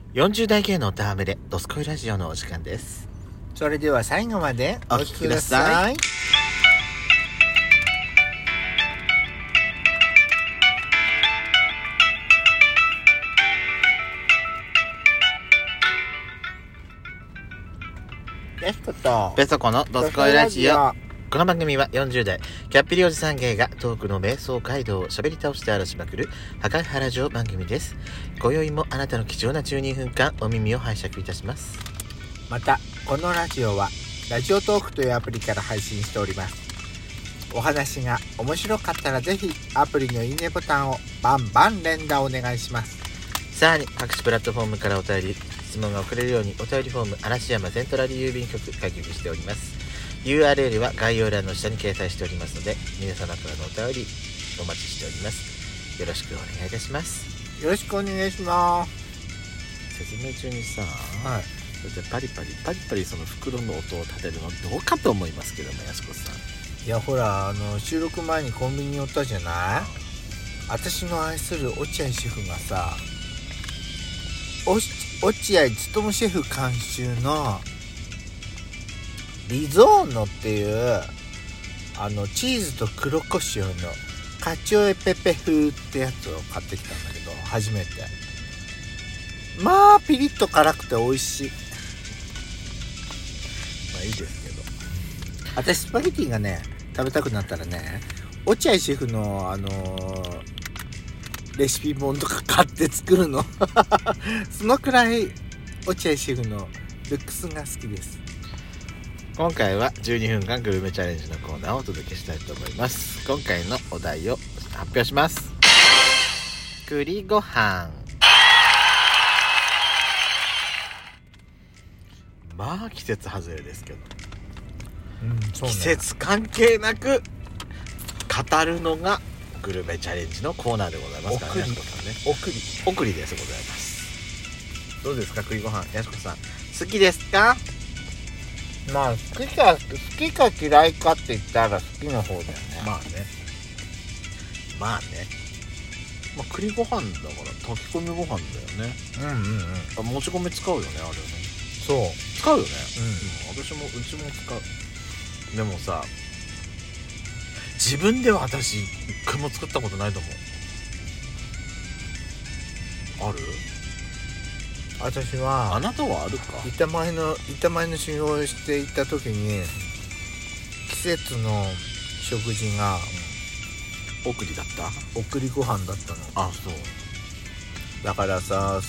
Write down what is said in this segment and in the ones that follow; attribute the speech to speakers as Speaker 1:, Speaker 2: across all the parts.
Speaker 1: 40代芸能ターメレドスコイラジオのお時間です。
Speaker 2: それでは最後まで
Speaker 1: お聞きください。
Speaker 2: やすこと
Speaker 1: ペソコのドスコイラジオ。この番組は40代キャッピリおじさん芸がトークの瞑想街道を喋り倒して荒らしまくる破壊原城番組です。今宵もあなたの貴重な12分間お耳を拝借いたします。
Speaker 2: またこのラジオはラジオトークというアプリから配信しております。お話が面白かったらぜひアプリのいいねボタンをバンバン連打お願いします。
Speaker 1: さらに各種プラットフォームからお便り質問が送れるようにお便りフォーム嵐山セントラル郵便局開局しております。URL は概要欄の下に掲載しておりますので、皆様からのお便りお待ちしております。よろしくお願いいたします。
Speaker 2: よろしくお願いします。
Speaker 1: 説明中にさ、
Speaker 2: はい、
Speaker 1: それでパリパリその袋の音を立てるのどうかと思いますけども、やすこさん。
Speaker 2: いやほら収録前にコンビニ寄ったじゃない。私の愛する落合シェフがさ、落合務シェフ監修のリゾーノっていうチーズと黒胡椒のカチョエペペ風ってやつを買ってきたんだけど、初めて。まあピリッと辛くて美味しい。
Speaker 1: まあいいですけど、
Speaker 2: 私スパゲティがね食べたくなったらね、落合シェフのレシピ本とか買って作るのそのくらい落合シェフのルックスが好きです。
Speaker 1: 今回は12分間グルメチャレンジのコーナーをお届けしたいと思います。今回のお題を発表します。栗ご飯。まあ季節外れですけど、
Speaker 2: そうね、
Speaker 1: 季節関係なく語るのがグルメチャレンジのコーナーでございますからね。送りですございます。どうですか栗ご飯、やすこさん好きですか？
Speaker 2: まあ好きか嫌いかって言ったら好きな方だよね。
Speaker 1: まあね、まあ、栗ご飯だから炊き込みご飯だよね。もち米使うよね、あれね。
Speaker 2: そう
Speaker 1: 使うよね。うちも使う。でもさ、自分では私一回も作ったことないと思う。ある？
Speaker 2: 私は
Speaker 1: あなたはあるか。
Speaker 2: 板前の修行をしていた時に季節の食事が
Speaker 1: 送りだった？
Speaker 2: 送りご飯だったの。
Speaker 1: あ、そう。
Speaker 2: だからさ、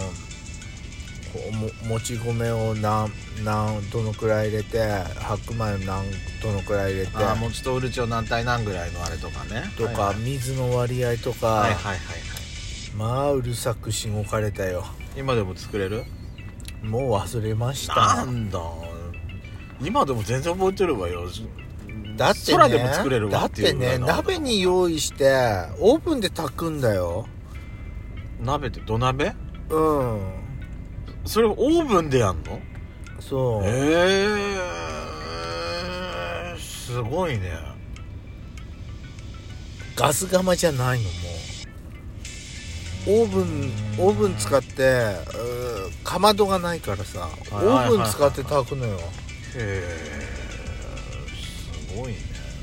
Speaker 2: もち米をどのくらい入れて、白米をどのくらい入れて、
Speaker 1: 餅とうるちを何対何ぐらいのあれとかね、
Speaker 2: とか、はいはい、水の割合とか、まあうるさくしごかれたよ。
Speaker 1: 今でも作れる？
Speaker 2: もう忘れました。
Speaker 1: なんだ、今でも全然覚えてるわよ。
Speaker 2: だってね、
Speaker 1: 空でも作れるわっていうぐらいの。
Speaker 2: だってね、鍋に用意してオーブンで炊くんだよ。
Speaker 1: 鍋って土鍋？それをオーブンでやんの？
Speaker 2: そう。
Speaker 1: すごいね。
Speaker 2: ガス釜じゃないの。もうオーブン使ってかまどがないからさ、オーブン使って炊くのよ。
Speaker 1: すごいね。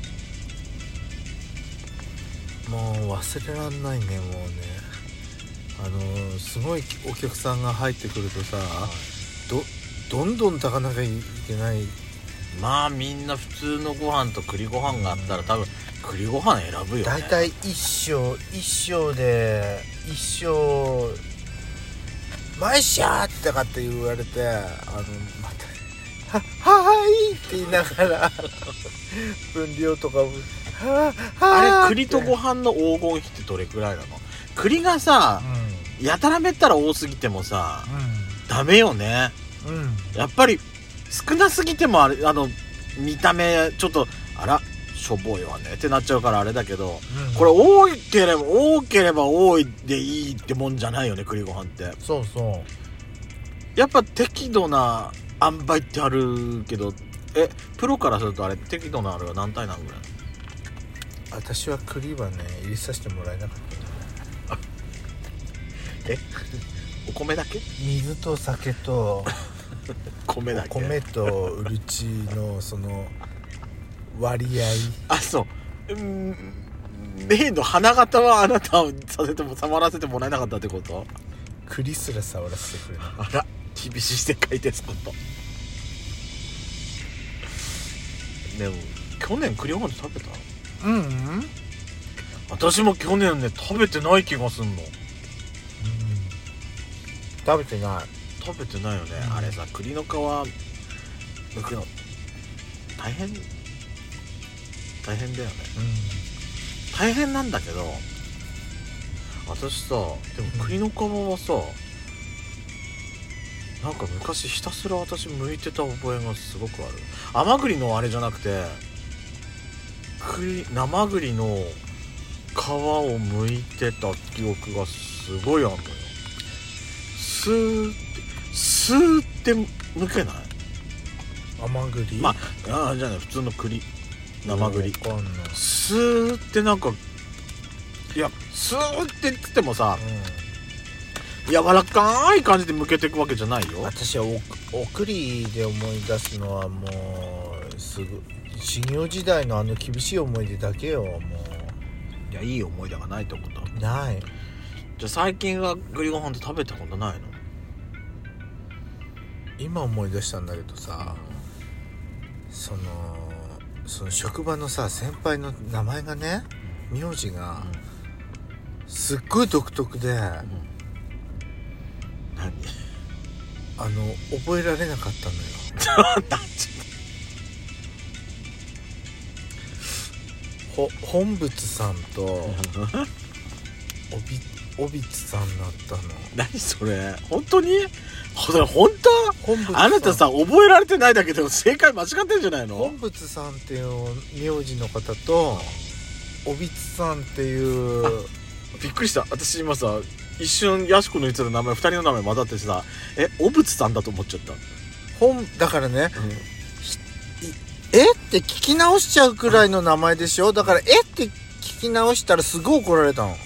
Speaker 2: もう忘れらんないね。もうね、すごいお客さんが入ってくるとさ、どんどん炊かなきゃいけない。
Speaker 1: まあみんな普通のご飯と栗ご飯があったら多分栗ご飯選ぶよね。
Speaker 2: だいたい一升でマイシャーってかって言われて、またはいって言いながら分量とか
Speaker 1: あれ栗とご飯の黄金比ってどれくらいなの？栗がさ、やたらめったら多すぎてもさ、ダメよね。やっぱり少なすぎても見た目ちょっとしょぼいわねってなっちゃうからあれだけど、これ多ければ多いでいいってもんじゃないよね、栗ご飯って。
Speaker 2: そうそう。
Speaker 1: やっぱ適度な塩梅ってあるけど、プロからするとあれ適度なあれは何対何ぐらい？
Speaker 2: 私は栗はね入れさせてもらえなかった。
Speaker 1: 米だけ？
Speaker 2: 水と酒と
Speaker 1: 米だけ？
Speaker 2: 米とうるちのその割合。
Speaker 1: あ、そう。例の花形はあなたを触らせてもらえなかったってこと？
Speaker 2: 栗すら触らせてくれない。
Speaker 1: あら、厳しい世界ですこと。でも去年栗ご飯食べた？私も去年ね食べてない気がすんの。
Speaker 2: 食べてない
Speaker 1: よね、あれさ、栗の皮剥くの大変だよね、大変なんだけど、私さ、でも栗の皮はさ、なんか昔ひたすら私剥いてた覚えがすごくある。甘栗のあれじゃなくて生栗の皮を剥いてた記憶がすごいあるのよ。スーって剥けない？
Speaker 2: 甘栗？
Speaker 1: まあ、じゃない普通の栗、生栗。スーってなんか、いやスーって言ってもさ、柔らかい感じで剥けていくわけじゃないよ。
Speaker 2: 私はお栗で思い出すのはもうすぐ修行時代の厳しい思い出だけよ。もう
Speaker 1: いや、いい思い出がないってこと？
Speaker 2: ない。
Speaker 1: じゃあ最近は栗ご飯って食べたことないの？
Speaker 2: 今思い出したんだけどさ、その職場のさ先輩の名前がね、名字がすっごい独特で、
Speaker 1: 何？
Speaker 2: 覚えられなかったのよ。本仏さんとおびつさんだったの。
Speaker 1: 何それ？本当に？本当？あなたさ、覚えられてないだけで正解間違ってんじゃないの？
Speaker 2: 本仏さんっていう名字の方とおびつさんっていう。
Speaker 1: びっくりした。私今さ、一瞬ヤシコの言ってた名前、2人の名前混ざってさ、おぶつさんだと思っちゃった。
Speaker 2: だからね、って聞き直しちゃうくらいの名前でしょ。だからって聞き直したらすごい怒られたの。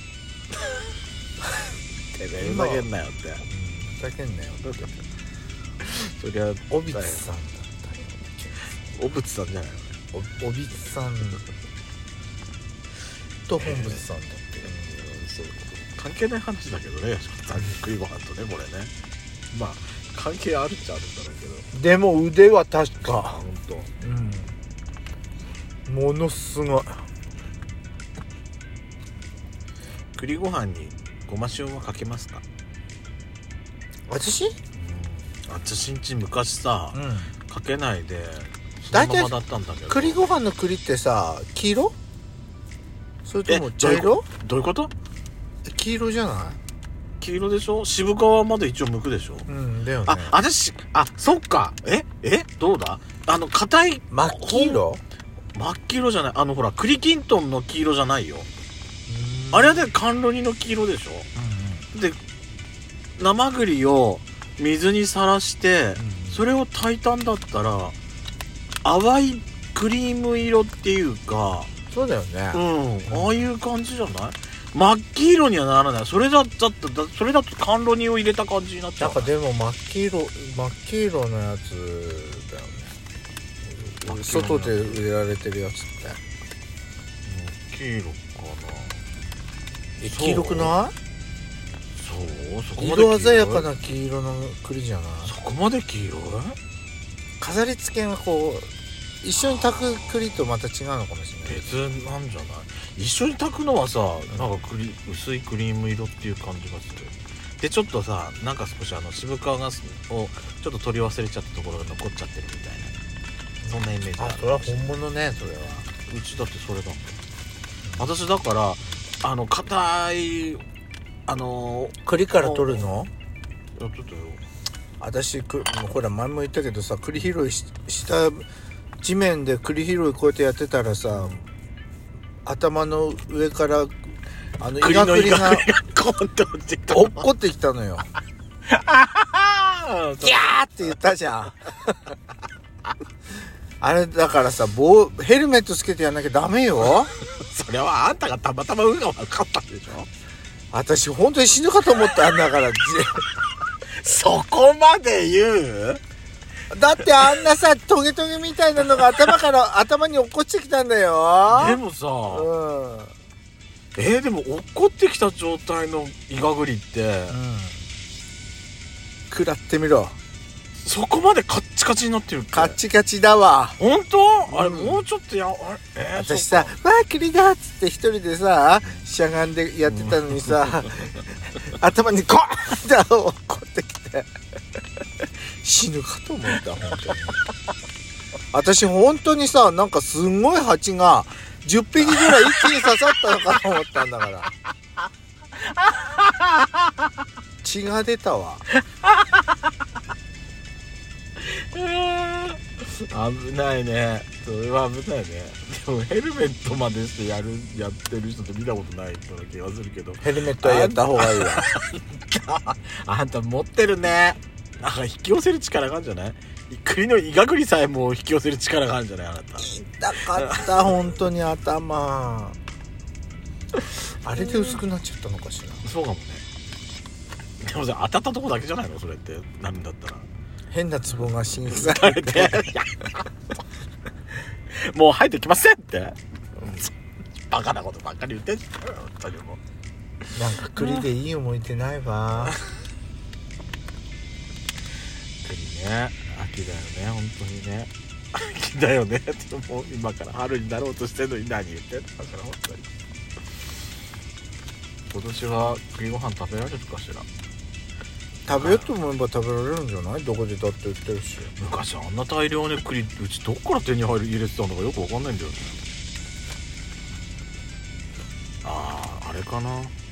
Speaker 1: ふざけんなよって。
Speaker 2: ふざけんなよ。
Speaker 1: そりゃ
Speaker 2: おびつさんだったよ。
Speaker 1: おぶつさんじゃないの？
Speaker 2: おびつさんと本仏さんだって。
Speaker 1: そう関係ない話だけどね、ヤシコさんに栗ご飯とね、これね。まあ関係あるっちゃあるんだろうけど。
Speaker 2: でも腕は確か。
Speaker 1: 本当。
Speaker 2: ものすごい。
Speaker 1: 栗ご飯にごま塩はかけますか？
Speaker 2: 私
Speaker 1: んち昔さ、かけないでそのままだったんだけど。
Speaker 2: 栗ご飯の栗ってさ、黄色？それとも茶色？
Speaker 1: どういうこと？
Speaker 2: 黄色じゃない？
Speaker 1: 黄色でしょ？渋皮まで一応剥くでしょ？
Speaker 2: だよね。
Speaker 1: そっか。どうだ？硬い
Speaker 2: 真っ黄色？
Speaker 1: 真っ黄色じゃない。ほら栗きんとんの黄色じゃないよ。あれで甘露煮の黄色でしょ？で生栗を水にさらして、それを炊いたんだったら淡いクリーム色っていうか。
Speaker 2: そうだよね。
Speaker 1: ああいう感じじゃない？真っ黄色にはならない。それだと甘露煮を入れた感じになっちゃう。
Speaker 2: なんかでも真っ黄色のやつだよね。外で売られてるやつって
Speaker 1: 黄色かな。
Speaker 2: 黄色くない？
Speaker 1: そこまで
Speaker 2: 色鮮やかな黄色の栗じゃない？
Speaker 1: そこまで黄色い？
Speaker 2: 飾り付けがこう一緒に炊く栗とまた違うのかもしれない。
Speaker 1: 別なんじゃない？一緒に炊くのはさ、なんか薄いクリーム色っていう感じがする。でちょっとさ、なんか少し渋皮をちょっと取り忘れちゃったところが残っちゃってるみたいな、そんなイメージある。
Speaker 2: それは本物ね。それは
Speaker 1: うちだってそれだもん。私だから硬い
Speaker 2: 栗から取るの？
Speaker 1: ちょっとよ。
Speaker 2: 私ほら前も言ったけどさ、栗拾いした地面で栗拾いこうやってやってたらさ、頭の上からイガ栗が落っこってきたのよ。ギャーって言ったじゃん。あれだからさ、ヘルメットつけてやんなきゃダメよ。
Speaker 1: それはあんたがたまたま運が悪かったんでしょ。
Speaker 2: 私本当に死ぬかと思ったんだから
Speaker 1: そこまで言う？
Speaker 2: だってあんなさトゲトゲみたいなのが頭に落っこちてきたんだよ。
Speaker 1: でもさ、でも落っこってきた状態のイガグリって、
Speaker 2: 食らってみろ。
Speaker 1: そこまでカッチカチになってるって。
Speaker 2: カッチカチだわ。
Speaker 1: 本当？あれもうちょっと
Speaker 2: 私さ、わー栗だっつって一人でさしゃがんでやってたのにさ、頭にコーンって落っこってきて死ぬかと思った本当に。私本当にさ、なんかすんごい蜂が10匹ぐらい一気に刺さったのかと思ったんだから血が出たわ
Speaker 1: 危ないね。それは危ないね。でもヘルメットまでしてやってる人って見たことないような気がするけど。
Speaker 2: ヘルメットはやった方がいいわ
Speaker 1: あんた持ってるね。なんか引き寄せる力があるんじゃない？栗のイガグリさえも引き寄せる力があるんじゃない？あなた
Speaker 2: 痛かった本当に頭あれで薄くなっちゃったのかしら。
Speaker 1: そうかもね。でもさ、当たったとこだけじゃないのそれってなるんだったら。
Speaker 2: 変なツボが刺激されて
Speaker 1: もう生えてきませんって、バカなことばっかり言ってんじゃん本当に。もう
Speaker 2: なんか栗でいい思い出ないわ
Speaker 1: 栗ね、秋だよね本当にね。秋だよねってもう今から春になろうとしてんのに何言ってんのだから本当に。今年は栗ご飯食べられるかしら。
Speaker 2: 食べようと思えば食べられるんじゃない？どこでだって売ってるし。
Speaker 1: 昔あんな大量に栗うちどっから手に入れてたのかよくわかんないんだよね。あれかな。